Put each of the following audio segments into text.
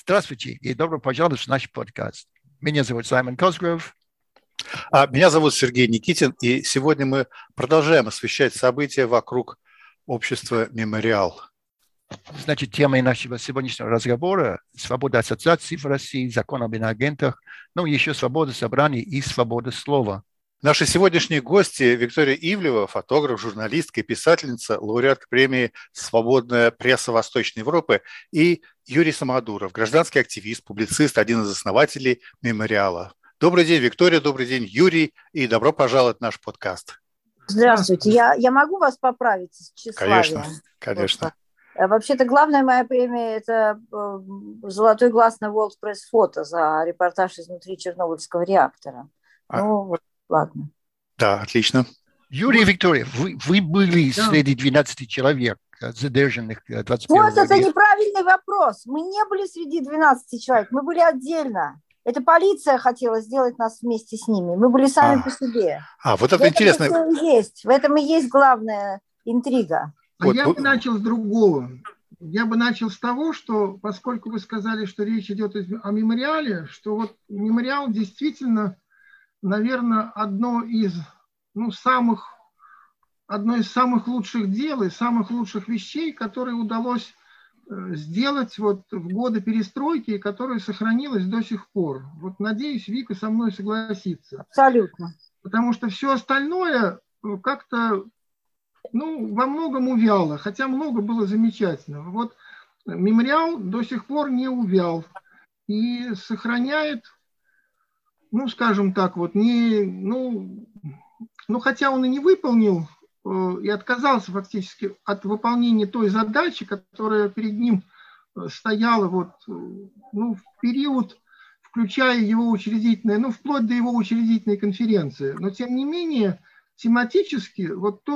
Здравствуйте и добро пожаловать в наш подкаст. Меня зовут Саймон Косгров. А меня зовут Сергей Никитин, и сегодня мы продолжаем освещать события вокруг общества «Мемориал». Значит, темой нашего сегодняшнего разговора – свобода ассоциаций в России, закон об иноагентах, но еще свобода собраний и свобода слова. Наши сегодняшние гости – Виктория Ивлева, фотограф, журналистка и писательница, лауреатка премии «Свободная пресса Восточной Европы», и Юрий Самодуров, гражданский активист, публицист, один из основателей «Мемориала». Добрый день, Виктория, добрый день, Юрий, и добро пожаловать в наш подкаст. Здравствуйте. Я могу вас поправить с тщеславия? Конечно. Вообще-то главная моя премия – это «Золотой глаз» на World Press Photo за репортаж изнутри Чернобыльского реактора. Ладно. Да, отлично. Юрий и Виктория, вы были среди 12 человек, задержанных 21 Вот это неправильный вопрос. Мы не были среди 12 человек, мы были отдельно. Это полиция хотела сделать нас вместе с ними. Мы были сами по себе. Вот это интересно. В этом и есть главная интрига. Я бы начал с другого. Я бы начал с того, что поскольку вы сказали, что речь идет о мемориале, что вот мемориал действительно, наверное, одно из самых лучших дел и самых лучших вещей, которые удалось сделать вот в годы перестройки, и которая сохранилась до сих пор. Вот надеюсь, Вика со мной согласится. Абсолютно. Потому что все остальное как-то во многом увяло, хотя много было замечательного. Вот мемориал до сих пор не увял и сохраняет, скажем так, хотя он и не выполнил и отказался фактически от выполнения той задачи, которая перед ним стояла в период, включая его учредительное, вплоть до его учредительной конференции. Но тем не менее, тематически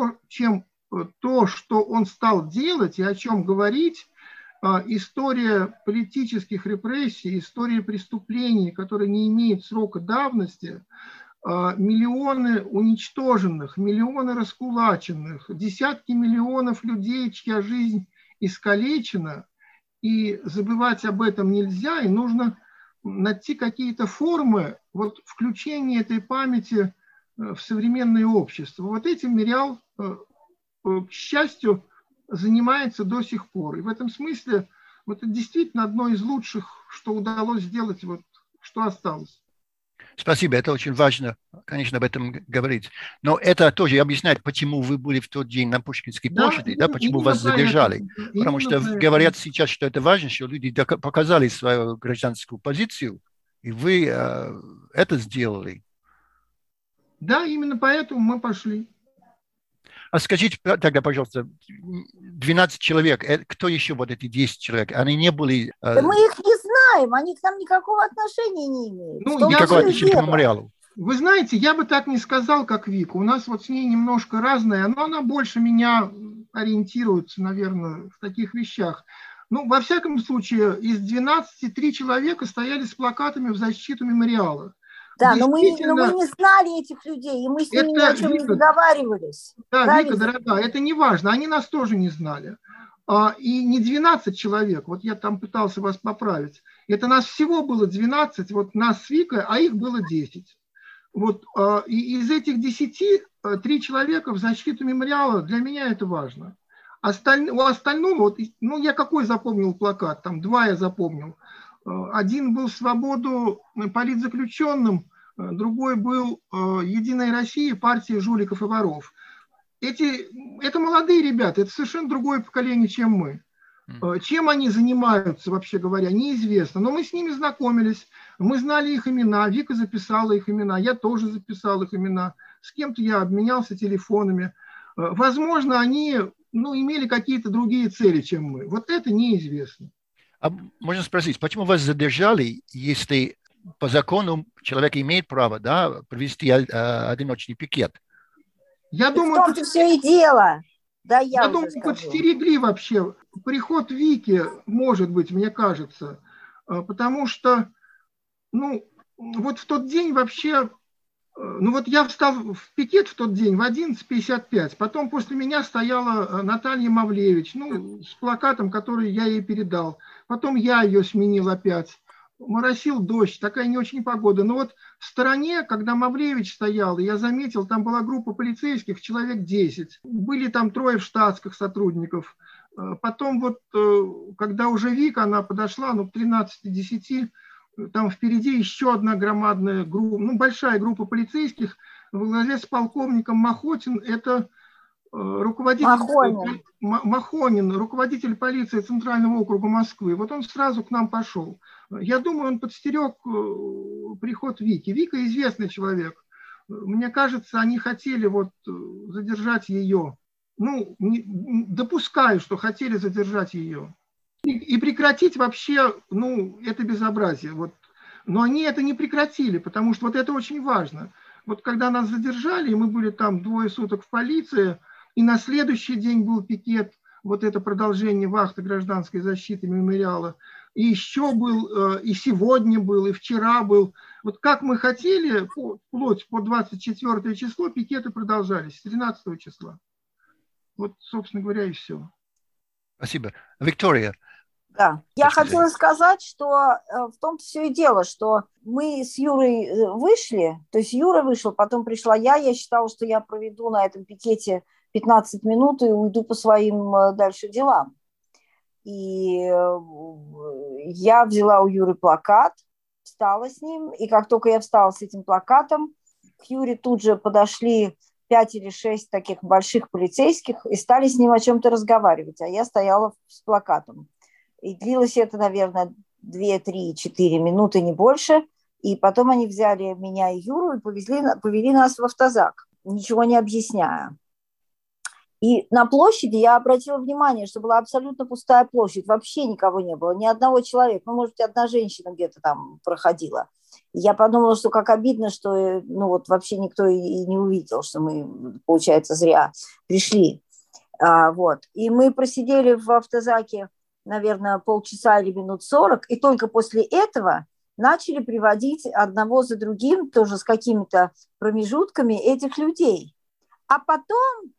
то, что он стал делать и о чем говорить, история политических репрессий, история преступлений, которые не имеют срока давности, миллионы уничтоженных, миллионы раскулаченных, десятки миллионов людей, чья жизнь искалечена, и забывать об этом нельзя, и нужно найти какие-то формы включения этой памяти в современное общество. Вот этим мемориал, к счастью, занимается до сих пор. И в этом смысле это действительно одно из лучших, что удалось сделать, что осталось. Спасибо, это очень важно, конечно, об этом говорить. Но это тоже объясняет, почему вы были в тот день на Пушкинской площади, почему вас задержали. Потому что говорят сейчас, что это важно, что люди показали свою гражданскую позицию, и вы это сделали. Да, именно поэтому мы пошли. А скажите тогда, пожалуйста, 12 человек, кто еще эти 10 человек? Они не были... Да мы их не знаем, они к нам никакого отношения не имеют. Никакого отношения к мемориалу. Вы знаете, я бы так не сказал, как Вика. У нас с ней немножко разное, но она больше меня ориентируется, наверное, в таких вещах. Во всяком случае, из 12 3 человека стояли с плакатами в защиту мемориала. Да, но мы не знали этих людей, и мы с ними ни о чем не договаривались. Да, правильно? Вика, дорогая, это не важно, они нас тоже не знали. И не 12 человек, я там пытался вас поправить, это нас всего было 12, нас с Викой, а их было 10. И из этих 10 3 человека в защиту мемориала, для меня это важно. У остального, я какой запомнил плакат, там 2 я запомнил. Один был «Свободу политзаключенным», другой был «Единая Россия», партия жуликов и воров. Это молодые ребята, это совершенно другое поколение, чем мы. Чем они занимаются, вообще говоря, неизвестно. Но мы с ними знакомились, мы знали их имена, Вика записала их имена, я тоже записал их имена. С кем-то я обменялся телефонами. Возможно, они имели какие-то другие цели, чем мы. Это неизвестно. А можно спросить, почему вас задержали, если по закону человек имеет право провести одиночный пикет? Я думаю, в том-то все и дело. Да, я думаю, подстерегли вообще приход Вики, может быть, мне кажется, потому что, в тот день вообще Ну вот я встал в пикет в тот день в 11:55. Потом после меня стояла Наталья Мавлевич, ну, с плакатом, который я ей передал. Потом я ее сменил опять. Моросил дождь, такая не очень погода. Но вот в стороне, когда Мавлевич стоял, я заметил, там была группа полицейских, человек 10. Были там 3 в штатских сотрудников. Потом вот, когда уже Вика, она подошла, ну, к 13:10, там впереди еще одна громадная группа, ну, большая группа полицейских во главе с полковником Махотин. Это руководитель Махонин, руководитель полиции Центрального округа Москвы. Вот он сразу к нам пошел. Я думаю, он подстерег приход Вики. Вика известный человек. Мне кажется, они хотели вот задержать ее. Ну, допускаю, что хотели задержать ее. И прекратить вообще, ну, это безобразие. Вот. Но они это не прекратили, потому что вот это очень важно. Вот когда нас задержали, и мы были там 2 суток в полиции, и на следующий день был пикет, вот это продолжение вахты гражданской защиты мемориала, и еще был, и сегодня был, и вчера был. Вот как мы хотели, вплоть по 24 число, пикеты продолжались, с 13 числа. Вот, собственно говоря, и все. Спасибо. Виктория. Да, я хотела сказать, что в том-то все и дело, что мы с Юрой вышли, то есть Юра вышел, потом пришла я считала, что я проведу на этом пикете 15 минут и уйду по своим дальше делам. И я взяла у Юры плакат, встала с ним, и как только я встала с этим плакатом, к Юре тут же подошли 5 или 6 таких больших полицейских и стали с ним о чем-то разговаривать, а я стояла с плакатом. И длилось это, наверное, 2, 3, 4 минуты, не больше. И потом они взяли меня и Юру и повели нас в автозак, ничего не объясняя. И на площади я обратила внимание, что была абсолютно пустая площадь, вообще никого не было, ни одного человека. Ну, может быть, одна женщина где-то там проходила. И я подумала, что как обидно, что ну, вот вообще никто и не увидел, что мы, получается, зря пришли. Вот. И мы просидели в автозаке, наверное, полчаса или минут 40, и только после этого начали приводить одного за другим, тоже с какими-то промежутками, этих людей. А потом,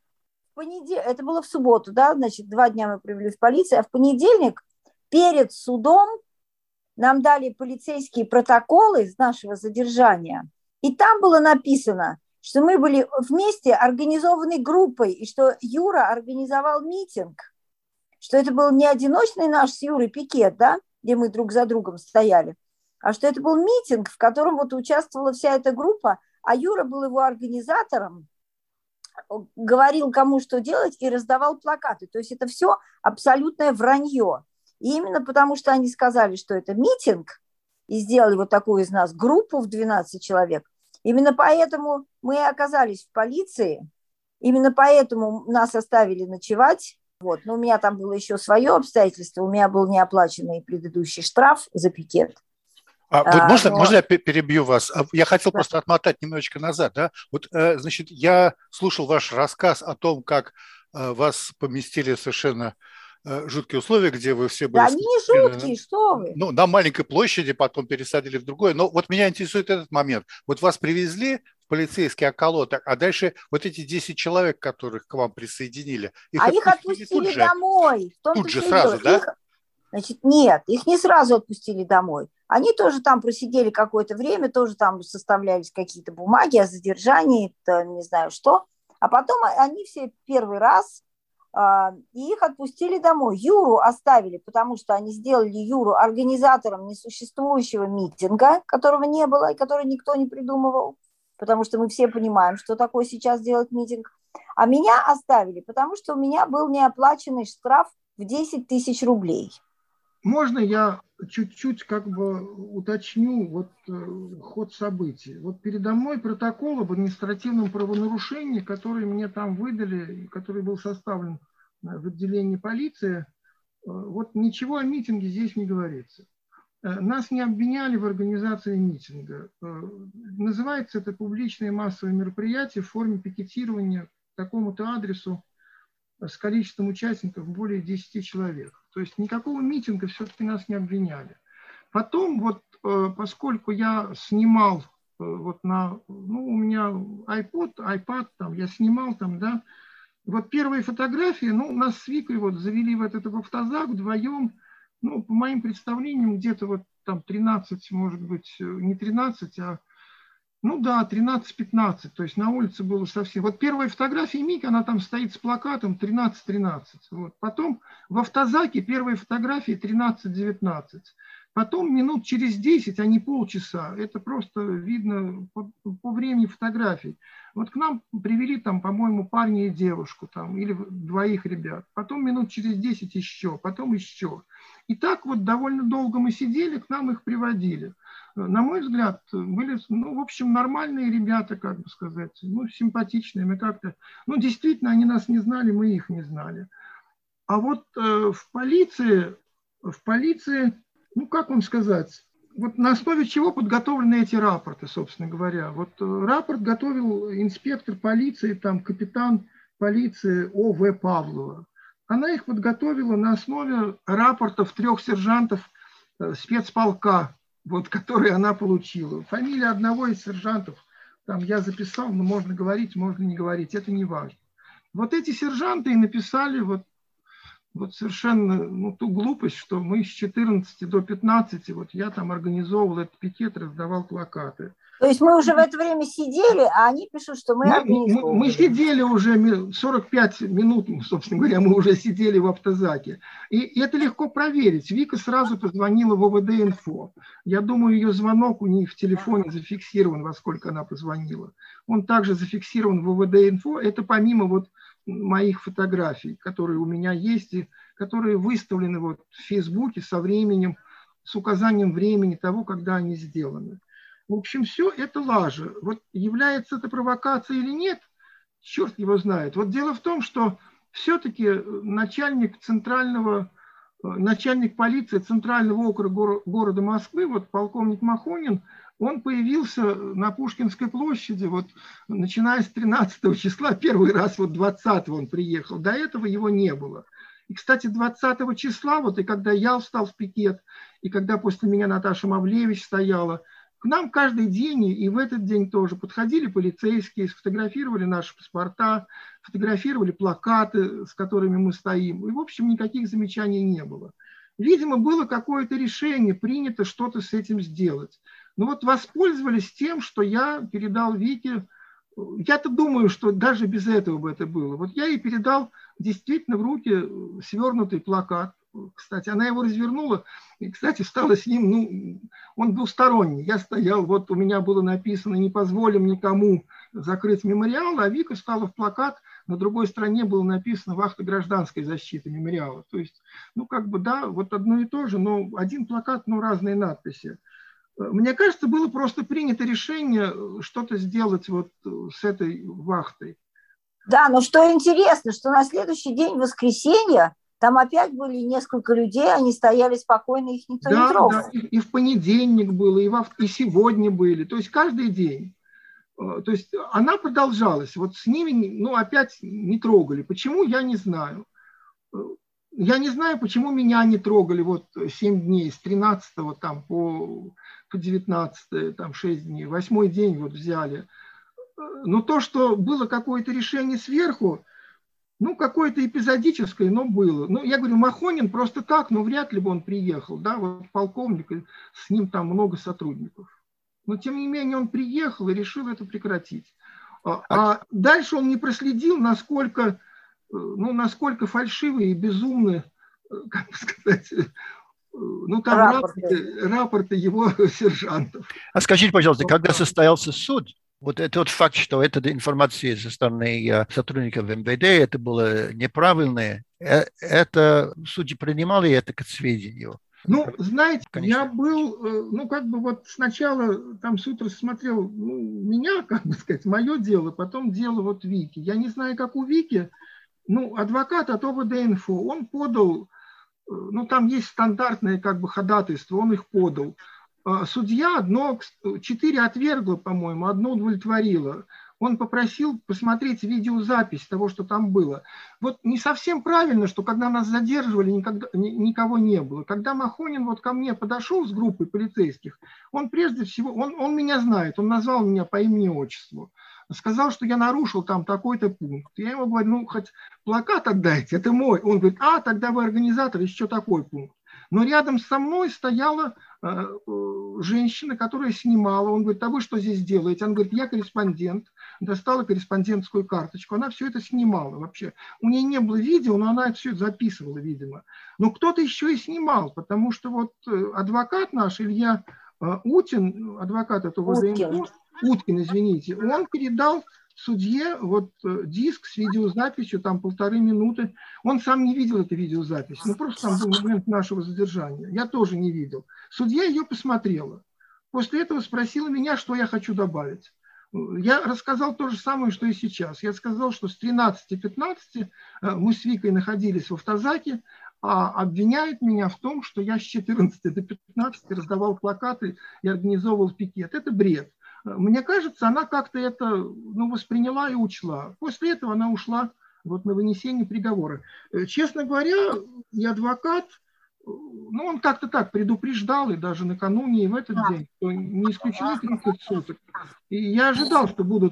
это было в субботу, да, значит, 2 дня мы провели в полиции, а в понедельник перед судом нам дали полицейские протоколы из нашего задержания, и там было написано, что мы были вместе организованной группой, и что Юра организовал митинг, что это был не одиночный наш с Юрой пикет, да, где мы друг за другом стояли, а что это был митинг, в котором вот участвовала вся эта группа, а Юра был его организатором, говорил, кому что делать, и раздавал плакаты. То есть это все абсолютное вранье. И именно потому, что они сказали, что это митинг, и сделали вот такую из нас группу в 12 человек, именно поэтому мы и оказались в полиции, именно поэтому нас оставили ночевать. Вот. Но у меня там было еще свое обстоятельство, у меня был неоплаченный предыдущий штраф за пикет. Можно я перебью вас? Я хотел просто отмотать немножечко назад. Да? Вот, значит, я слушал ваш рассказ о том, как вас поместили в совершенно жуткие условия, где вы все были... Да, они не жуткие, что вы? Ну, на маленькой площади, потом пересадили в другое. Но вот меня интересует этот момент. Вот вас привезли в полицейский околоток, а дальше вот эти 10 человек, которых к вам присоединили... Их отпустили домой. Тут же сразу, да? Значит, нет, их не сразу отпустили домой. Они тоже там просидели какое-то время, тоже там составлялись какие-то бумаги о задержании, не знаю что. А потом они все первый раз, и их отпустили домой. Юру оставили, потому что они сделали Юру организатором несуществующего митинга, которого не было и который никто не придумывал, потому что мы все понимаем, что такое сейчас делать митинг. А меня оставили, потому что у меня был неоплаченный штраф в 10 000 рублей. Можно я чуть-чуть как бы уточню вот ход событий? Вот передо мной протокол об административном правонарушении, который мне там выдали, который был составлен в отделении полиции. Вот ничего о митинге здесь не говорится. Нас не обвиняли в организации митинга. Называется это публичное массовое мероприятие в форме пикетирования к такому-то адресу с количеством участников более 10 человек. То есть никакого митинга все-таки нас не обвиняли. Потом, вот, поскольку я снимал вот на, ну, у меня iPad, там, я снимал там, да. Вот первые фотографии, ну, нас с Викой вот завели в этот автозак вдвоем, ну, по моим представлениям, где-то вот там 13, может быть, не 13, а ну да, 13-15, то есть на улице было совсем. Вот первая фотография Мики, она там стоит с плакатом 13-13. Вот. Потом в автозаке первые фотографии 13-19. Потом минут через 10, а не полчаса. Это просто видно по времени фотографий. Вот к нам привели там, по-моему, парня и девушку там, или двоих ребят. Потом минут через 10 еще, потом еще. И так вот довольно долго мы сидели, к нам их приводили. На мой взгляд, были, ну, в общем, нормальные ребята, как бы сказать, ну, симпатичные. Мы как-то, ну, действительно, они нас не знали, мы их не знали. А вот в полиции, ну, как вам сказать, вот на основе чего подготовлены эти рапорты, собственно говоря. Вот рапорт готовил инспектор полиции, там, капитан полиции О.В. Павлова. Она их подготовила на основе рапортов 3 сержантов спецполка, вот, которые она получила. Фамилия одного из сержантов, там я записал, но можно говорить, можно не говорить, это не важно. Вот эти сержанты и написали вот совершенно, ну, ту глупость, что мы с 14 до 15, вот я там организовывал этот пикет, раздавал плакаты. То есть мы уже в это время сидели, а они пишут, что мы организовывали. Мы сидели уже 45 минут, собственно говоря, мы уже сидели в автозаке. И это легко проверить. Вика сразу позвонила в ОВД-инфо. Я думаю, ее звонок у нее в телефоне зафиксирован, во сколько она позвонила. Он также зафиксирован в ОВД-инфо. Это помимо вот моих фотографий, которые у меня есть, и которые выставлены вот в Фейсбуке со временем, с указанием времени того, когда они сделаны. В общем, все это лажа. Вот является это провокацией или нет, черт его знает. Вот дело в том, что все-таки начальник полиции Центрального округа города Москвы, вот полковник Махонин, он появился на Пушкинской площади, вот начиная с 13 числа, первый раз вот 20 он приехал, до этого его не было. И, кстати, 20 числа, вот и когда я встал в пикет, и когда после меня Наташа Мавлевич стояла, к нам каждый день, и в этот день тоже, подходили полицейские, сфотографировали наши паспорта, фотографировали плакаты, с которыми мы стоим. И, в общем, никаких замечаний не было. Видимо, было какое-то решение, принято что-то с этим сделать. Но вот воспользовались тем, что я передал Вике. Я-то думаю, что даже без этого бы это было. Вот я ей передал действительно в руки свернутый плакат. Кстати, она его развернула, и, кстати, стала с ним, ну, он двусторонний. Я стоял, вот у меня было написано «Не позволим никому закрыть мемориал», а Вика стала в плакат, на другой стороне было написано «Вахта гражданской защиты мемориала». То есть, ну, как бы, да, вот одно и то же, но один плакат, но разные надписи. Мне кажется, было просто принято решение что-то сделать вот с этой вахтой. Да, но что интересно, что на следующий день, воскресенье, там опять были несколько людей, они стояли спокойно, их никто не трогал. Да, и в понедельник было, и сегодня были, то есть каждый день. То есть она продолжалась, вот с ними, ну, опять не трогали. Почему, я не знаю. Я не знаю, почему меня не трогали вот 7 дней, с 13 там по 19, там 6 дней, 8-й день вот взяли. Но то, что было какое-то решение сверху, ну, какое-то эпизодическое, но было. Ну, я говорю, Махонин просто так, ну, вряд ли бы он приехал, да, вот полковник, с ним там много сотрудников. Но, тем не менее, он приехал и решил это прекратить. А дальше он не проследил, насколько фальшивые и безумны, как бы сказать, ну, там рапорты его сержантов. А скажите, пожалуйста, когда состоялся суд, вот тот факт, что эта информация со стороны сотрудников МВД, это было неправильное, это судьи принимали это к сведению? Ну, знаете, конечно. Я был, ну, как бы вот сначала там суд рассмотрел, ну, меня, как бы сказать, мое дело, потом дело вот Вики. Я не знаю, как у Вики, ну, адвокат от ОВД-инфо, он подал, ну, там есть стандартные как бы ходатайства, он их подал. Судья 4 отвергла, по-моему, 1 удовлетворила. он попросил посмотреть видеозапись того, что там было. Вот не совсем правильно, что когда нас задерживали, никого не было. Когда Махонин вот ко мне подошел с группой полицейских, он прежде всего, он меня знает, он назвал меня по имени и отчеству. Сказал, что я нарушил там такой-то пункт. Я ему говорю, ну, хоть плакат отдайте, это мой. Он говорит, тогда вы организатор, еще такой пункт. Но рядом со мной стояла женщина, которая снимала. Он говорит, а вы что здесь делаете? Она говорит, я корреспондент. Достала корреспондентскую карточку. Она все это снимала вообще. У нее не было видео, но она все это записывала, видимо. Но кто-то еще и снимал, потому что вот адвокат наш, Илья Утин, адвокат этого ВДНХ, Уткин, извините, он передал судье вот диск с видеозаписью, там 1,5 минуты. Он сам не видел эту видеозапись, ну просто там был момент нашего задержания. Я тоже не видел. Судья ее посмотрела. После этого спросила меня, что я хочу добавить. Я рассказал то же самое, что и сейчас. Я сказал, что с 13-15 мы с Викой находились в автозаке, а обвиняют меня в том, что я с 14 до 15 раздавал плакаты и организовывал пикет. Это бред. Мне кажется, она как-то это восприняла и учла. После этого она ушла вот на вынесение приговора. Честно говоря, и адвокат, он как-то так предупреждал, и даже накануне, и в этот день, что не исключены 30 суток. И я ожидал, что будут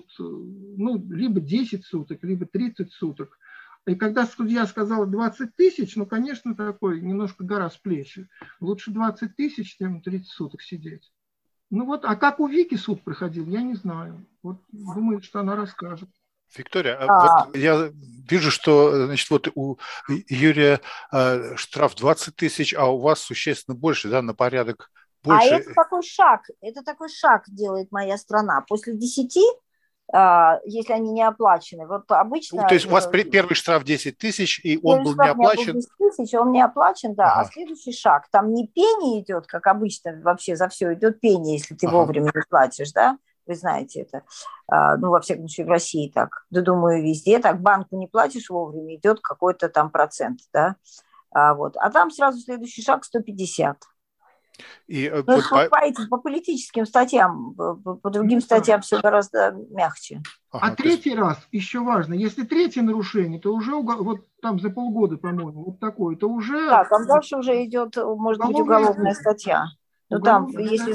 либо 10 суток, либо 30 суток. И когда судья сказала 20 тысяч, конечно, такой немножко гора с плеч. Лучше 20 тысяч, чем 30 суток сидеть. А как у Вики суд проходил, я не знаю. Вот думаю, что она расскажет. Виктория, вот я вижу, что значит, вот у Юрия штраф 20 тысяч, а у вас существенно больше, да, на порядок больше. Это такой шаг делает моя страна. После 10, если они не оплачены, вот обычно... То есть у вас первый штраф 10 тысяч, и он был не оплачен? 10 тысяч, он не оплачен, да. А следующий шаг, там не пение идет, как обычно вообще за все идет пение, если ты вовремя не платишь, да? Вы знаете это. Во всяком случае, в России так. Да, думаю, везде так. Банку не платишь вовремя, идет какой-то там процент, да. А там сразу следующий шаг 150. По политическим статьям, по другим статьям все гораздо мягче. Третий раз еще важно, если третье нарушение, то уже вот там за полгода, по-моему, вот такое, то уже... Да, там дальше уже идет, может быть, уголовная статья. Там, если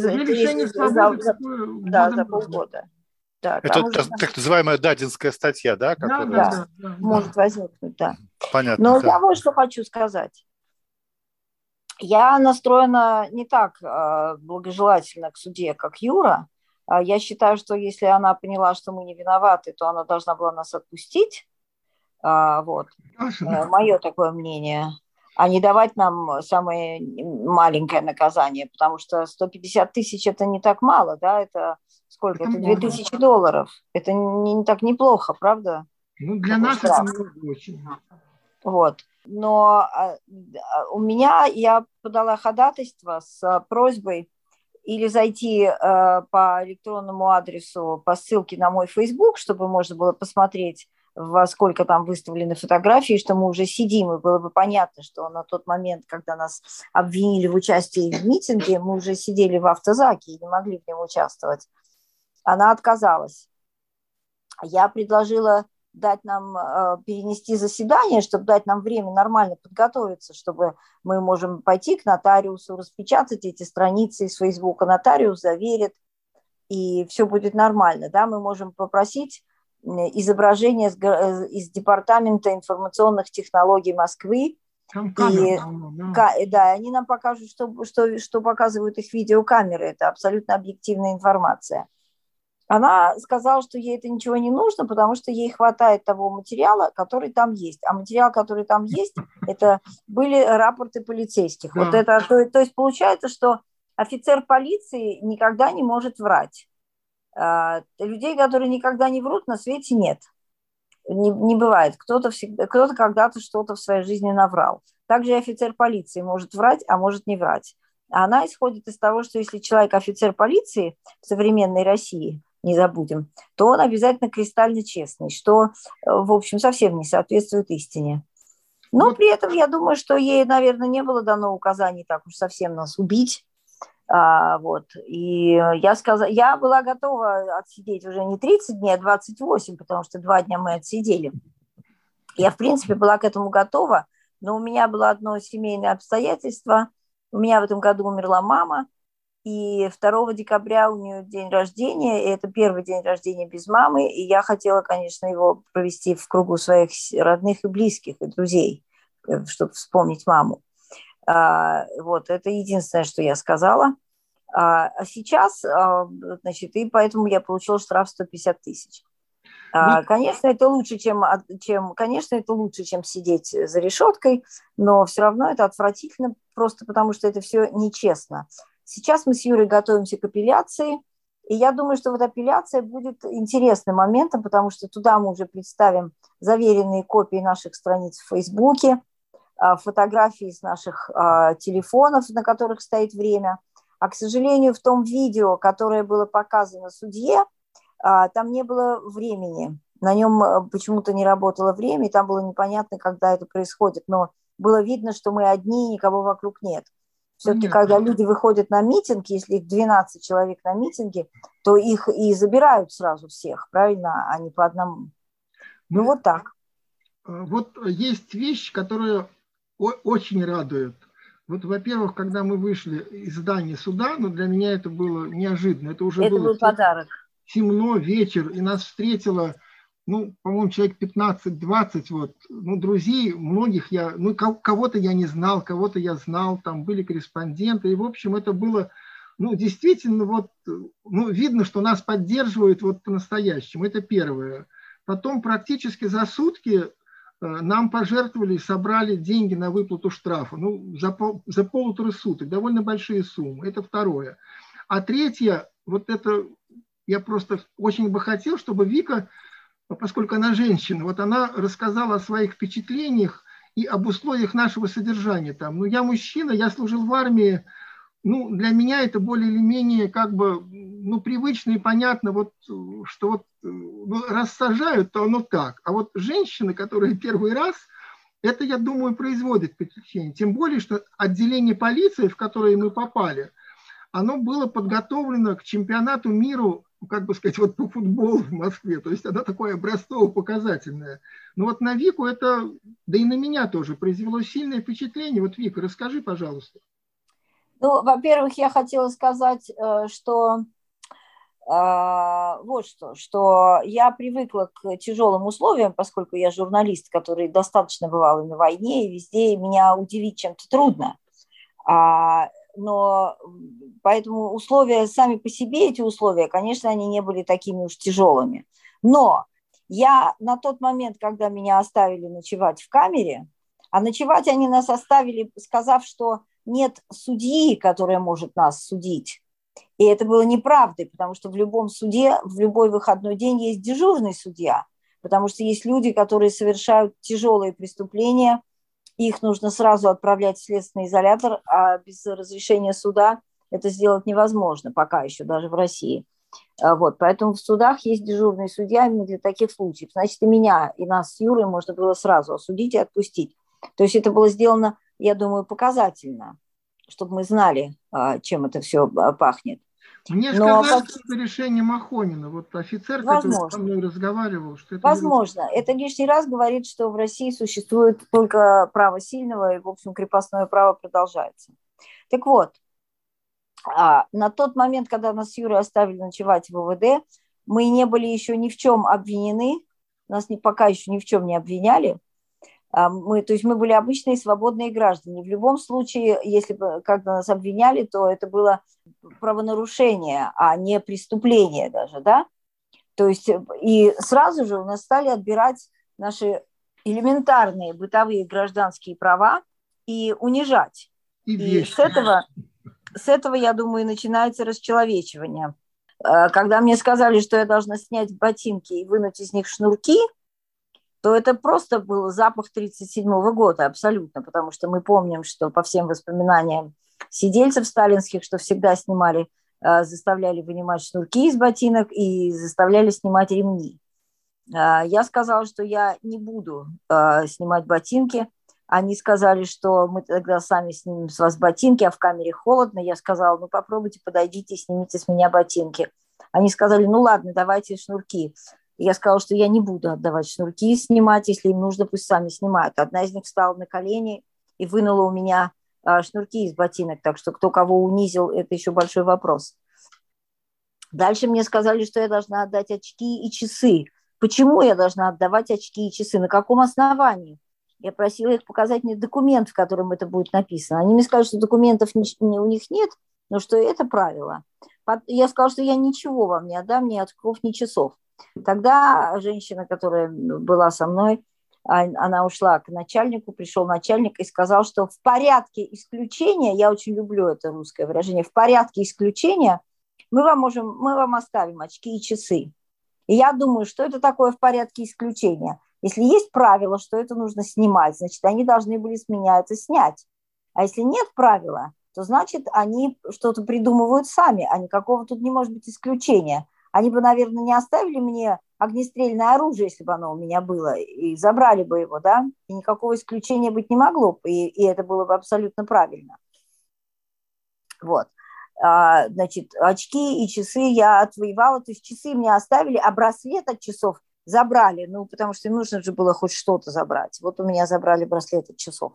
за полгода. Да, это так называемая дадинская статья, да? Да, может возникнуть, да. Понятно. Но я вот что хочу сказать. Я настроена не так благожелательно к судье, как Юра. Я считаю, что если она поняла, что мы не виноваты, то она должна была нас отпустить. Мое такое мнение. А не давать нам самое маленькое наказание, потому что 150 тысяч – это не так мало, да, это сколько? Это $2000. Это не так неплохо, правда? Для нас это не очень. Но я подала ходатайство с просьбой или зайти по электронному адресу, по ссылке на мой Facebook, чтобы можно было посмотреть, во сколько там выставлены фотографии, что мы уже сидим, и было бы понятно, что на тот момент, когда нас обвинили в участии в митинге, мы уже сидели в автозаке и не могли в нем участвовать. Она отказалась. Я предложила дать нам перенести заседание, чтобы дать нам время нормально подготовиться, чтобы мы можем пойти к нотариусу, распечатать эти страницы из Фейсбука, нотариус заверит, и все будет нормально. Да? Мы можем попросить изображение из Департамента информационных технологий Москвы. Они нам покажут, что показывают их видеокамеры. Это абсолютно объективная информация. Она сказала, что ей это ничего не нужно, потому что ей хватает того материала, который там есть. А материал, который там есть, это были рапорты полицейских. То есть получается, что офицер полиции никогда не может врать. Людей, которые никогда не врут, на свете нет. Не бывает. Кто-то когда-то что-то в своей жизни наврал. Также и офицер полиции может врать, а может не врать. А она исходит из того, что если человек офицер полиции в современной России, не забудем, то он обязательно кристально честный, что, в общем, совсем не соответствует истине. Но при этом я думаю, что ей, наверное, не было дано указаний так уж совсем нас убить. Вот. И я была готова отсидеть уже не 30 дней, а 28, потому что 2 дня мы отсидели. Я, в принципе, была к этому готова, но у меня было одно семейное обстоятельство. У меня в этом году умерла мама, и 2 декабря у нее день рождения, и это первый день рождения без мамы, и я хотела, конечно, его провести в кругу своих родных и близких, и друзей, чтобы вспомнить маму. Вот, это единственное, что я сказала. А сейчас, значит, и поэтому я получила штраф 150 тысяч. Конечно, это лучше, чем сидеть за решеткой, но все равно это отвратительно, просто потому что это все нечестно. Сейчас мы с Юрой готовимся к апелляции, и я думаю, что вот апелляция будет интересным моментом, потому что туда мы уже представим заверенные копии наших страниц в Фейсбуке, фотографии с наших телефонов, на которых стоит время. А, к сожалению, в том видео, которое было показано судье, там не было времени. На нем почему-то не работало время, и там было непонятно, когда это происходит. Но было видно, что мы одни, и никого вокруг нет. Все-таки, когда люди выходят на митинг, если их 12 человек на митинге, то их и забирают сразу всех, правильно, а не по одному. Ну вот так. Вот есть вещь, которая очень радует. Вот, во-первых, когда мы вышли из здания суда, но для меня это было неожиданно. Это был подарок. Темно, вечер, и нас встретило, по-моему, человек 15-20, вот, друзей, многих кого-то я не знал, кого-то я знал, там были корреспонденты, и, в общем, это было, действительно, видно, что нас поддерживают по-настоящему, это первое. Потом практически за сутки нам пожертвовали и собрали деньги на выплату штрафа, за 1,5 суток, довольно большие суммы, это второе. А третье, это я просто очень бы хотел, чтобы Вика, поскольку она женщина, она рассказала о своих впечатлениях и об условиях нашего содержания там. Я мужчина, я служил в армии, для меня это более или менее привычно и понятно, что раз сажают, то оно так. А женщины, которые первый раз, это, я думаю, производит впечатление. Тем более, что отделение полиции, в которое мы попали, оно было подготовлено к чемпионату мира, по футболу в Москве. То есть оно такое образцово-показательное. Но на Вику это, да и на меня тоже, произвело сильное впечатление. Вика, расскажи, пожалуйста. Во-первых, я хотела сказать, что что я привыкла к тяжелым условиям, поскольку я журналист, который достаточно бывал и на войне, и везде, и меня удивить чем-то трудно. Но поэтому условия сами по себе, эти условия, конечно, они не были такими уж тяжелыми. Но я на тот момент, когда меня оставили ночевать в камере, а ночевать они нас оставили, сказав, что нет судьи, которая может нас судить. И это было неправдой, потому что в любом суде, в любой выходной день есть дежурный судья, потому что есть люди, которые совершают тяжелые преступления, их нужно сразу отправлять в следственный изолятор, а без разрешения суда это сделать невозможно пока еще, даже в России. Поэтому в судах есть дежурный судья именно для таких случаев. Значит, и меня, и нас с Юрой можно было сразу осудить и отпустить. То есть это было сделано, я думаю, показательно, чтобы мы знали, чем это все пахнет. Мне сказали, что это решение Махонина. Офицер, который со мной разговаривал, что это... Возможно. Это лишний раз говорит, что в России существует только право сильного, и, в общем, крепостное право продолжается. Так вот, на тот момент, когда нас с Юрой оставили ночевать в ОВД, мы не были еще ни в чем обвинены, нас пока еще ни в чем не обвиняли. Мы были обычные свободные граждане. В любом случае, если бы когда нас обвиняли, то это было правонарушение, а не преступление даже, да? То есть и сразу же у нас стали отбирать наши элементарные бытовые гражданские права и унижать. И с этого, я думаю, начинается расчеловечивание. Когда мне сказали, что я должна снять ботинки и вынуть из них шнурки, то это просто был запах 1937 года абсолютно, потому что мы помним, что по всем воспоминаниям сидельцев сталинских, что всегда заставляли вынимать шнурки из ботинок и заставляли снимать ремни. Я сказала, что я не буду снимать ботинки, Они сказали, что мы тогда сами снимем с вас ботинки, а в камере холодно. Я сказала, ну попробуйте, подойдите, снимите с меня ботинки. Они сказали, ну ладно, давайте шнурки. Я сказала, что я не буду отдавать шнурки снимать, если им нужно, пусть сами снимают. Одна из них встала на колени и вынула у меня шнурки из ботинок, так что кто кого унизил, это еще большой вопрос. Дальше мне сказали, что я должна отдать очки и часы. Почему я должна отдавать очки и часы? На каком основании? Я просила их показать мне документ, в котором это будет написано. Они мне сказали, что документов у них нет, но что это правило. Я сказала, что я ничего вам не отдам, ни очков, ни часов. Тогда женщина, которая была со мной, она ушла к начальнику, пришел начальник и сказал, что в порядке исключения, я очень люблю это русское выражение, в порядке исключения мы вам оставим очки и часы. И я думаю, что это такое в порядке исключения. Если есть правило, что это нужно снимать, значит, они должны были с меня это снять. А если нет правила, то значит, они что-то придумывают сами, а никакого тут не может быть исключения. Они бы, наверное, не оставили мне огнестрельное оружие, если бы оно у меня было, и забрали бы его, да, и никакого исключения быть не могло, и это было бы абсолютно правильно. Вот. Значит, очки и часы я отвоевала, то есть часы мне оставили, а браслет от часов забрали, ну, потому что им нужно же было хоть что-то забрать. Вот у меня забрали браслет от часов.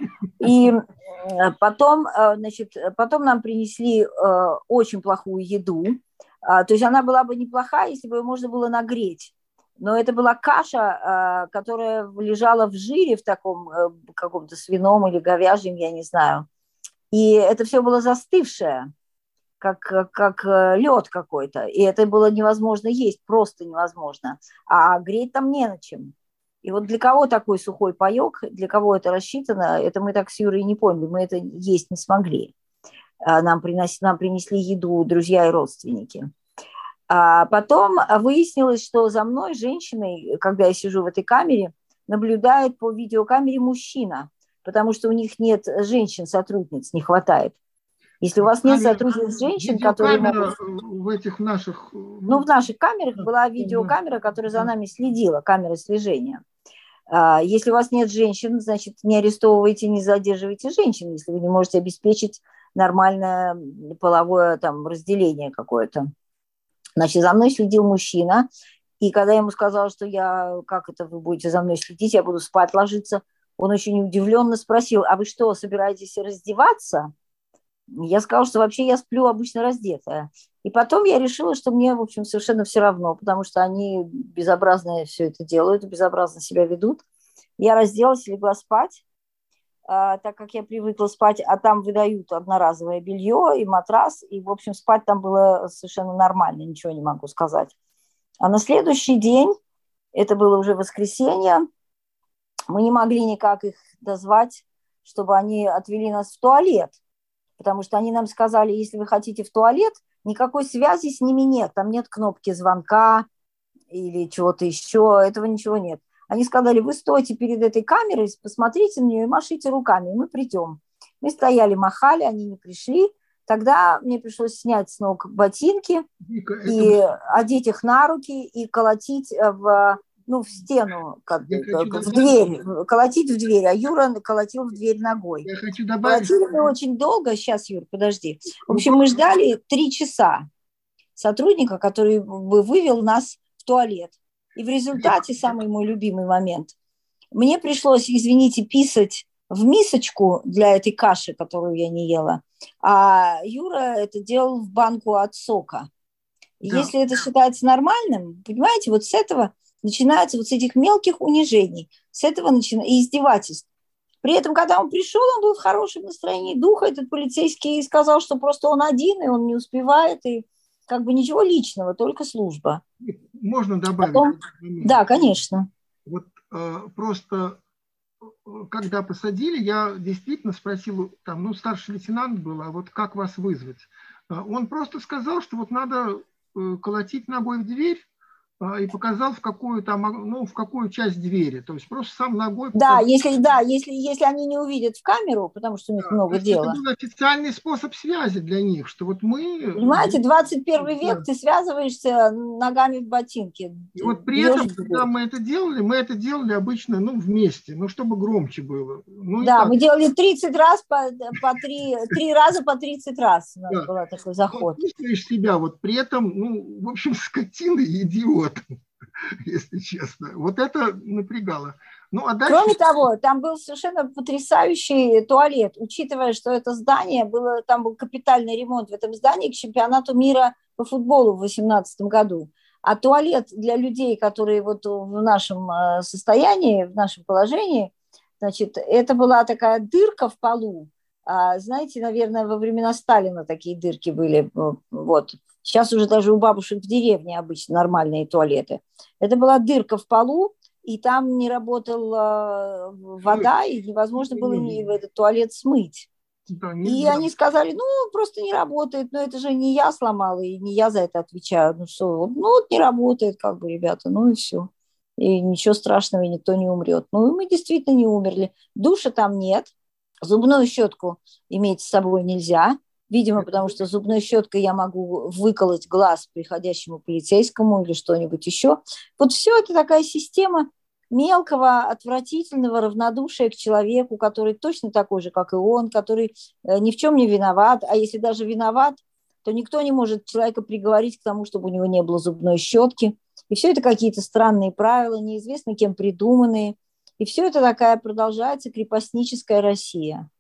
И потом, значит, потом нам принесли очень плохую еду. То есть она была бы неплохая, если бы ее можно было нагреть. Но это была каша, которая лежала в жире, в таком каком-то свином или говяжьем, я не знаю. И это все было застывшее, как лед какой-то. И это было невозможно есть, просто невозможно. А греть там не на чем. И вот для кого такой сухой паек, для кого это рассчитано, это мы так с Юрой не поняли, мы это есть не смогли. Нам принесли еду друзья и родственники. А потом выяснилось, что за мной женщиной, когда я сижу в этой камере, наблюдает по видеокамере мужчина, потому что у них нет женщин-сотрудниц, не хватает. Если у вас нет сотрудниц женщин, которые могут... в этих наших... Ну, в наших камерах была видеокамера, которая за нами следила, камера слежения. Если у вас нет женщин, значит, не арестовывайте, не задерживайте женщин, если вы не можете обеспечить нормальное половое там разделение какое-то. Значит, за мной следил мужчина, и когда я ему сказала, что как это вы будете за мной следить, я буду спать ложиться, он очень удивленно спросил, а вы что, собираетесь раздеваться? Я сказала, что вообще я сплю обычно раздетая. И потом я решила, что мне, в общем, совершенно все равно, потому что они безобразно все это делают, безобразно себя ведут. Я разделась и легла спать, так как я привыкла спать, а там выдают одноразовое белье и матрас, и, в общем, спать там было совершенно нормально, ничего не могу сказать. А на следующий день, это было уже воскресенье, мы не могли никак их дозвать, чтобы они отвели нас в туалет, потому что они нам сказали, если вы хотите в туалет, никакой связи с ними нет, там нет кнопки звонка или чего-то еще, этого ничего нет. Они сказали, вы стойте перед этой камерой, посмотрите на нее и машите руками, и мы придем. Мы стояли, махали, они не пришли. Тогда мне пришлось снять с ног ботинки и одеть их на руки и колотить в стену, в дверь, колотить в дверь, а Юра колотил в дверь ногой. Я хочу добавить... Колотили мы очень долго, сейчас, Юр, подожди. В общем, мы ждали 3 часа сотрудника, который бы вывел нас в туалет. И в результате, самый мой любимый момент, мне пришлось, извините, писать в мисочку для этой каши, которую я не ела, а Юра это делал в банку от сока. Да. Если это считается нормальным, понимаете, вот с этого начинается, вот с этих мелких унижений, с этого начинается и издевательств. При этом, когда он пришел, он был в хорошем настроении духа, этот полицейский сказал, что просто он один, и он не успевает, и как бы ничего личного, только служба. Можно добавить? Потом... Да, конечно. Вот просто, когда посадили, я действительно спросил, там, старший лейтенант был, а вот как вас вызвать? Он просто сказал, что вот надо колотить ногой в дверь, и показал, в какую там, ну, в какую часть двери. То есть просто сам ногой Да, показал. если они не увидят в камеру, потому что у них много дела. Это был официальный способ связи для них, что вот мы... Понимаете, 21 век, ты связываешься ногами в ботинке. И вот при этом, когда мы это делали обычно, ну, вместе, ну, чтобы громче было. Ну, да, мы делали 30 раз три раза по 30 раз у нас был такой заход. Вот чувствуешь себя вот при этом, ну, в общем, скотиной и идиотом, если честно. Вот это напрягало. Ну, а дальше... Кроме того, там был совершенно потрясающий туалет, учитывая, что это здание там был капитальный ремонт в этом здании к чемпионату мира по футболу в 2018 году. А туалет для людей, которые вот в нашем состоянии, в нашем положении, значит, это была такая дырка в полу. Знаете, наверное, во времена Сталина такие дырки были. Вот. Сейчас уже даже у бабушек в деревне обычно нормальные туалеты. Это была дырка в полу, и там не работала вода, и невозможно было в этот туалет смыть. Да, и они сказали, ну, просто не работает, но это же не я сломала, и не я за это отвечаю. Ну, что, ну, вот не работает, как бы, ребята, ну и все. И ничего страшного, и никто не умрет. Ну, и мы действительно не умерли. Душа там нет, зубную щетку иметь с собой нельзя, видимо, потому что зубной щеткой я могу выколоть глаз приходящему полицейскому или что-нибудь еще. Вот все это такая система мелкого, отвратительного равнодушия к человеку, который точно такой же, как и он, который ни в чем не виноват, а если даже виноват, то никто не может человека приговорить к тому, чтобы у него не было зубной щетки. И все это какие-то странные правила, неизвестно кем придуманные. И все это такая продолжается крепостническая Россия.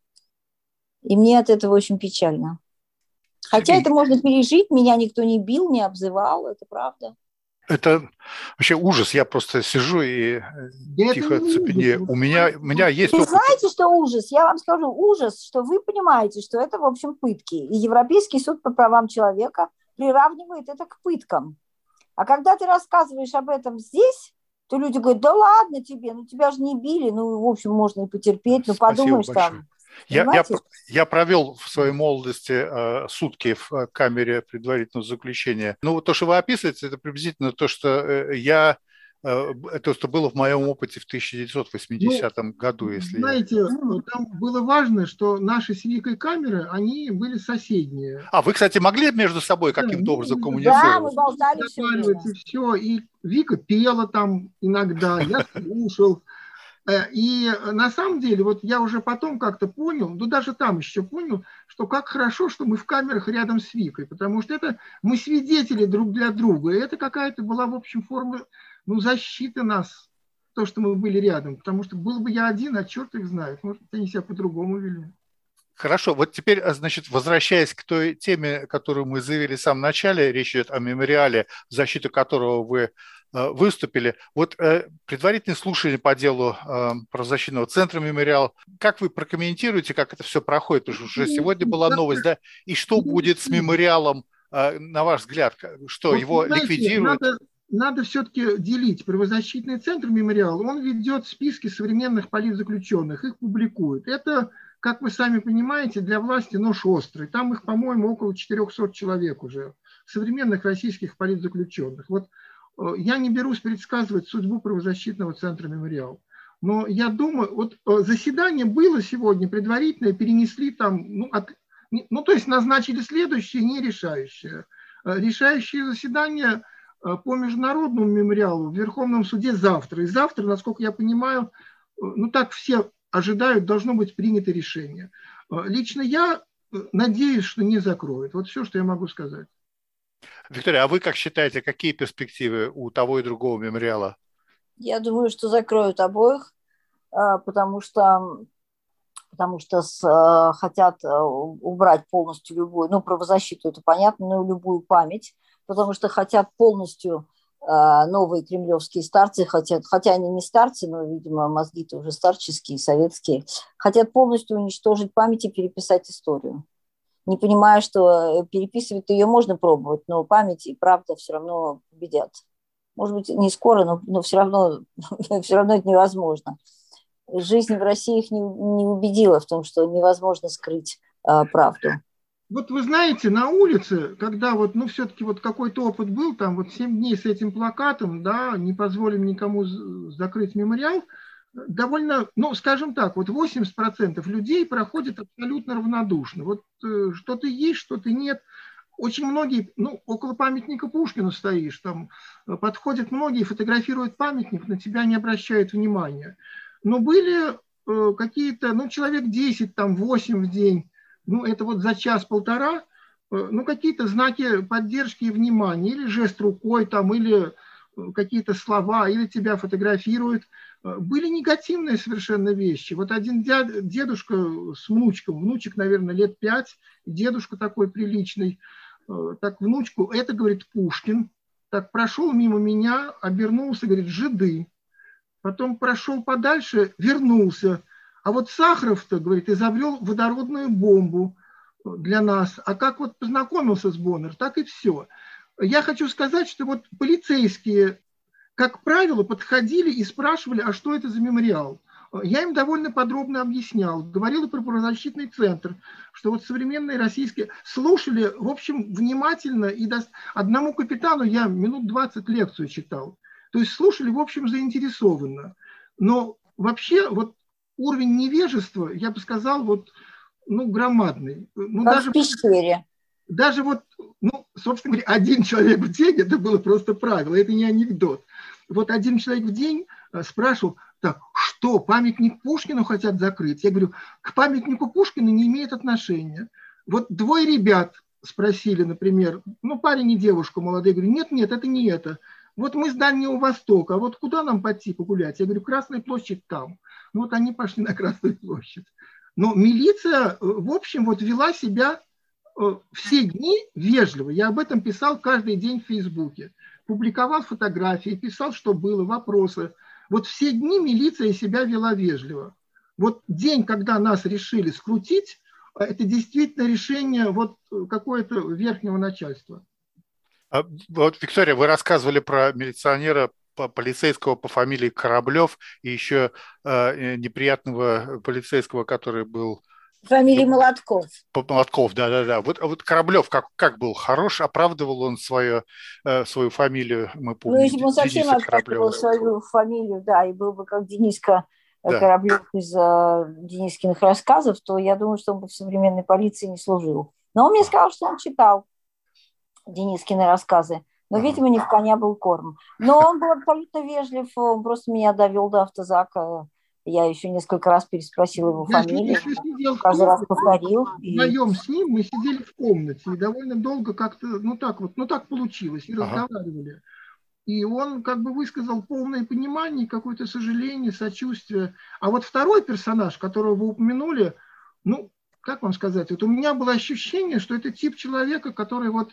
И мне от этого очень печально. Хотя это можно пережить, меня никто не бил, не обзывал, это правда. Это вообще ужас. Я просто сижу и тихо цепенею. У меня есть опыт. Знаете, что ужас? Я вам скажу, ужас, что вы понимаете, что это, в общем, пытки. И Европейский суд по правам человека приравнивает это к пыткам. А когда ты рассказываешь об этом здесь, то люди говорят, да ладно тебе, ну тебя же не били, ну, в общем, можно и потерпеть, ну, подумаешь там. Я провел в своей молодости сутки в камере предварительного заключения. Ну, вот то, что вы описываете, это приблизительно то, что это что было в моем опыте в 1980 году, если знаете, там было важно, что наши с Викой камеры, они были соседние. А вы, кстати, могли между собой каким-то образом коммуницировать? Да, мы болтали все время. И все, и Вика пела там иногда, я слушал. И на самом деле, вот я уже потом как-то понял, ну даже там еще понял, что как хорошо, что мы в камерах рядом с Викой, потому что это мы свидетели друг для друга, и это какая-то была, в общем, форма, ну, защиты нас, то, что мы были рядом, потому что был бы я один, а черт их знает, может, они себя по-другому вели. Хорошо, вот теперь, значит, возвращаясь к той теме, которую мы заявили в самом начале, речь идет о мемориале, в защиту которого вы выступили. Вот предварительное слушание по делу правозащитного центра «Мемориал». Как вы прокомментируете, как это все проходит? Потому что уже сегодня была новость, да? И что будет с мемориалом, на ваш взгляд? Что, его ликвидируют? Надо все-таки делить. Правозащитный центр «Мемориал», он ведет списки современных политзаключенных, их публикует. Это, как вы сами понимаете, для власти нож острый. Там их, по-моему, около 400 человек уже, современных российских политзаключенных. Вот я не берусь предсказывать судьбу правозащитного центра «Мемориал». Но я думаю, вот заседание было сегодня предварительное, перенесли там, то есть назначили следующее, не решающее. Решающее заседание по международному мемориалу в Верховном суде завтра. И завтра, насколько я понимаю, ну так все ожидают, должно быть принято решение. Лично я надеюсь, что не закроют. Вот все, что я могу сказать. Виктория, а вы как считаете, какие перспективы у того и другого мемориала? Я думаю, что закроют обоих, потому что хотят убрать полностью любую, ну, правозащиту, это понятно, но любую память, потому что хотят полностью новые кремлевские старцы, хотя они не старцы, но, видимо, мозги-то уже старческие, советские, хотят полностью уничтожить память и переписать историю. Не понимая, что переписывать ее можно пробовать, но память и правда все равно победят. Может быть, не скоро, но все равно это невозможно. Жизнь в России их не убедила в том, что невозможно скрыть правду. Вот вы знаете, на улице, когда вот, ну, все-таки вот какой-то опыт был, там вот 7 дней с этим плакатом, да, не позволим никому закрыть мемориал, довольно, ну, скажем так, вот 80% людей проходят абсолютно равнодушно. Вот что ты есть, что ты нет. Очень многие, ну, около памятника Пушкину стоишь, там подходят многие, фотографируют памятник, на тебя не обращают внимания. Но были какие-то, ну, человек 10, там, 8 в день, ну, это вот за час-полтора, ну, какие-то знаки поддержки и внимания, или жест рукой, там, или какие-то слова, или тебя фотографируют. Были негативные совершенно вещи. Вот один дедушка с внучком, внучек, наверное, лет 5, дедушка такой приличный, так, внучку, это, говорит, Пушкин, так, прошел мимо меня, обернулся, говорит, жиды. Потом прошел подальше, вернулся. А вот Сахаров-то, говорит, изобрел водородную бомбу для нас. А как вот познакомился с Боннер, так и все. Я хочу сказать, что вот полицейские, как правило, подходили и спрашивали, а что это за мемориал. Я им довольно подробно объяснял, говорил и про правозащитный центр, что вот современные российские слушали, в общем, внимательно, и одному капитану я минут 20 лекцию читал. То есть слушали, в общем, заинтересованно. Но вообще вот уровень невежества, я бы сказал, вот, ну, громадный. Ну, как в пещере. Даже вот, ну, собственно говоря, один человек в день, это было просто правило, это не анекдот. Вот один человек в день спрашивал, так, что, памятник Пушкину хотят закрыть? Я говорю, к памятнику Пушкину не имеет отношения. Вот двое ребят спросили, например, ну, парень и девушка молодые, я говорю, нет, это не это. Вот мы с Дальнего Востока, а вот куда нам пойти погулять? Я говорю, Красная площадь там. Ну, вот они пошли на Красную площадь. Но милиция, в общем, вот вела себя все дни вежливо. Я об этом писал каждый день в Фейсбуке. Публиковал фотографии, писал, что было, вопросы. Вот все дни милиция себя вела вежливо. Вот день, когда нас решили скрутить, это действительно решение вот какое-то верхнего начальства. Вот, Виктория, вы рассказывали про милиционера полицейского по фамилии Кораблев и еще неприятного полицейского, который был... Фамилия Молотков. Молотков, да. Вот Кораблев как был хорош, оправдывал он свою фамилию, мы помним. Ну, если бы он совсем оправдывал свою фамилию, да, и был бы как Дениска Кораблев из Денискиных рассказов, то я думаю, что он бы в современной полиции не служил. Но он мне сказал, что он читал Денискины рассказы. Но, видимо, не в коня был корм. Но он был абсолютно вежлив, он просто меня довел до автозака. Я еще несколько раз переспросила его фамилию, каждый раз повторил. Вдвоем с ним мы сидели в комнате и довольно долго как-то, ну так получилось, и разговаривали. И он как бы высказал полное понимание, какое-то сожаление, сочувствие. А вот второй персонаж, которого вы упомянули, ну, как вам сказать, вот у меня было ощущение, что это тип человека, который вот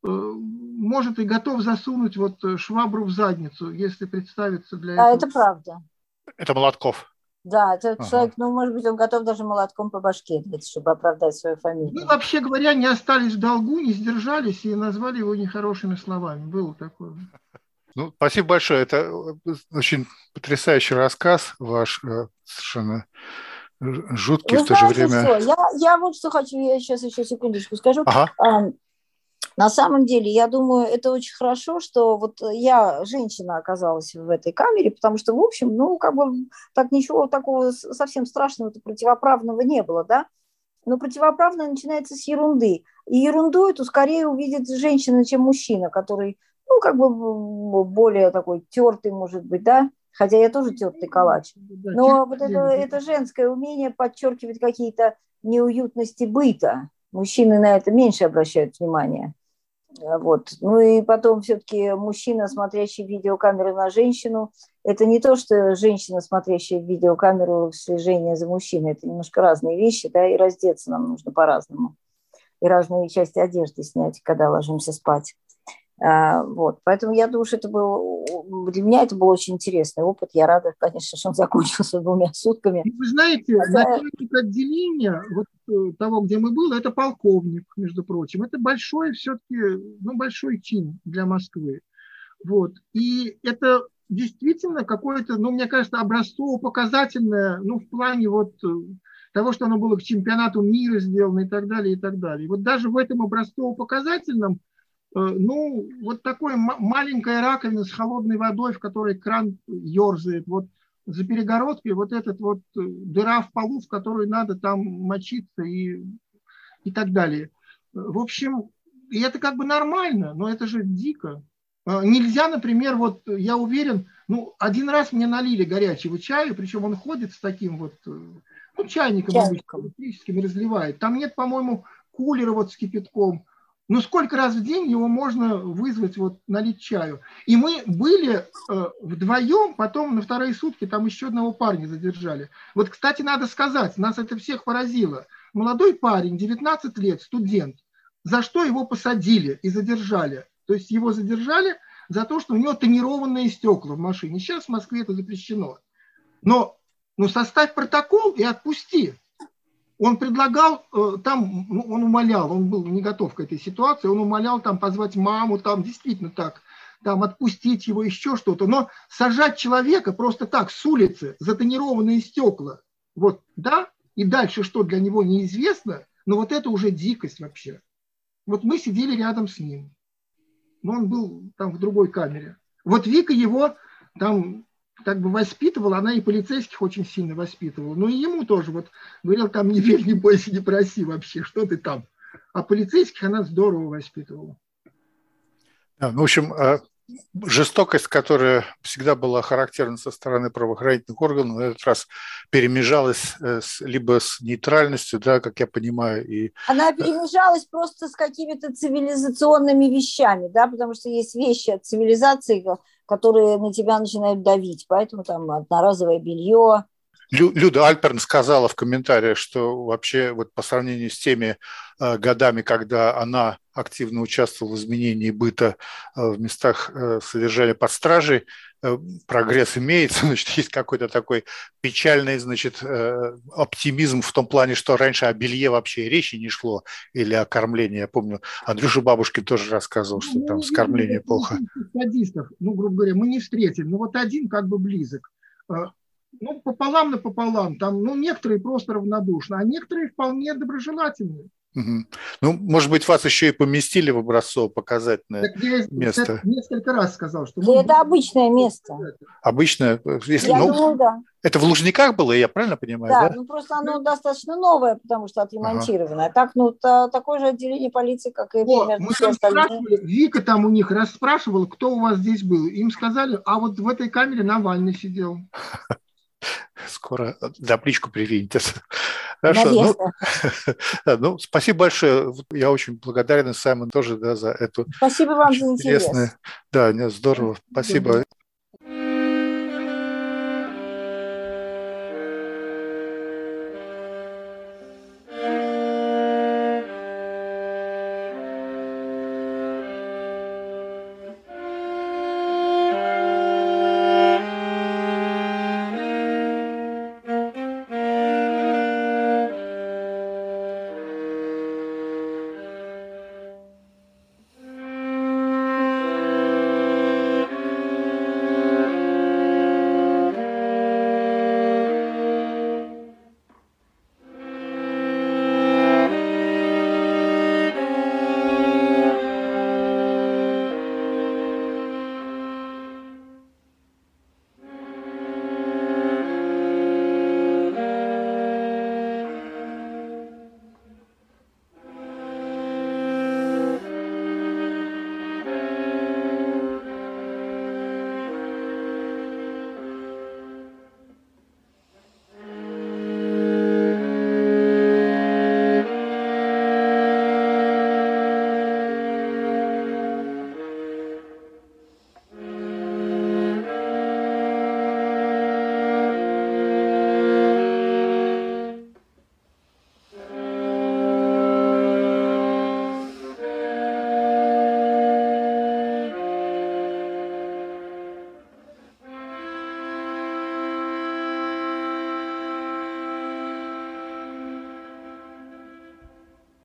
может и готов засунуть вот швабру в задницу, если представиться для этого. А это правда. Это Молотков. Да, это человек, ну, может быть, он готов даже молотком по башке, чтобы оправдать свою фамилию. Мы, вообще говоря, не остались в долгу, не сдержались и назвали его нехорошими словами. Было такое. Ну, спасибо большое. Это очень потрясающий рассказ ваш, совершенно жуткий в то же время. Что? Я вот что хочу, я сейчас еще секундочку скажу. На самом деле, я думаю, это очень хорошо, что вот я, женщина, оказалась в этой камере, потому что, в общем, ну, как бы так ничего такого совсем страшного, противоправного не было, да? Но противоправное начинается с ерунды. И ерунду эту скорее увидит женщина, чем мужчина, который, ну, как бы более такой тертый, может быть, да? Хотя я тоже тертый калач. Но вот это женское умение подчеркивать какие-то неуютности быта. Мужчины на это меньше обращают внимание. Вот. Ну и потом все-таки мужчина, смотрящий в видеокамеру на женщину, это не то, что женщина, смотрящая в видеокамеру, слежение за мужчиной. Это немножко разные вещи, да, и раздеться нам нужно по-разному. И разные части одежды снять, когда ложимся спать. Вот. Поэтому я думаю, что для меня это был очень интересный опыт. Я рада, конечно, что он закончился 2 сутками. Вы знаете, начальник отделения вот того, где мы были, это полковник, между прочим. Это большой все-таки, ну, большой чин для Москвы. Вот. И это действительно какое-то, ну, мне кажется, образцово-показательное, ну, в плане вот того, что оно было к чемпионату мира сделано и так далее, и так далее. И вот даже в этом образцово-показательном, ну, вот такая маленькая раковина с холодной водой, в которой кран ерзает, вот за перегородкой вот этот вот дыра в полу, в которую надо там мочиться и так далее. В общем, и это как бы нормально, но это же дико. Нельзя, например, вот я уверен, ну, один раз мне налили горячего чая, причем он ходит с таким вот, ну, чайником электрическим и разливает. Там нет, по-моему, кулера вот с кипятком. Ну, сколько раз в день его можно вызвать, вот, налить чаю. И мы были вдвоем, потом на вторые сутки там еще одного парня задержали. Вот, кстати, надо сказать, нас это всех поразило. Молодой парень, 19 лет, студент, за что его посадили и задержали. То есть его задержали за то, что у него тонированные стекла в машине. Сейчас в Москве это запрещено. Но составь протокол и отпусти. Он предлагал там, ну, он умолял, он был не готов к этой ситуации, он умолял там позвать маму, там действительно так, там отпустить его, еще что-то. Но сажать человека просто так с улицы за тонированные стекла, вот, да, и дальше что для него неизвестно, но вот это уже дикость вообще. Вот мы сидели рядом с ним, но он был там в другой камере. Вот Вика его там как бы воспитывала, она и полицейских очень сильно воспитывала, но и ему тоже вот говорил, там не верь, не бойся, не проси вообще, что ты там. А полицейских она здорово воспитывала. Ну, в общем, жестокость, которая всегда была характерна со стороны правоохранительных органов, на этот раз перемежалась либо с нейтральностью, да, как я понимаю. И... Она перемежалась просто с какими-то цивилизационными вещами, да, потому что есть вещи от цивилизации, которые на тебя начинают давить, поэтому там одноразовое белье. Люда Альперн сказала в комментариях, что вообще вот по сравнению с теми годами, когда она активно участвовала в изменении быта в местах содержания под стражей, прогресс имеется, значит, есть какой-то такой печальный, значит, оптимизм в том плане, что раньше о белье вообще речи не шло, или о кормлении. Я помню, Андрюша Бабушкин тоже рассказывал, что там с кормлением плохо. Садистов, ну, грубо говоря, мы не встретили, но вот один как бы близок. Ну, пополам напополам, там, ну, некоторые просто равнодушны, а некоторые вполне доброжелательные. Угу. Ну, может быть, вас еще и поместили в образцово-показательное место. Я несколько раз сказал, что... Да, это обычное место. Обычное? Если, я думаю, да. Это в Лужниках было, я правильно понимаю? Да, да? Ну просто оно достаточно новое, потому что отремонтированное. Ага. Так, ну, такое же отделение полиции, как и примерно все остальные. Вика там у них расспрашивала, кто у вас здесь был. Им сказали, а вот в этой камере Навальный сидел. Скоро табличку привиньте. Хорошо. Ну, спасибо большое. Я очень благодарен, Саймон, тоже, да, за эту... Спасибо вам за интерес. Да, здорово. Спасибо.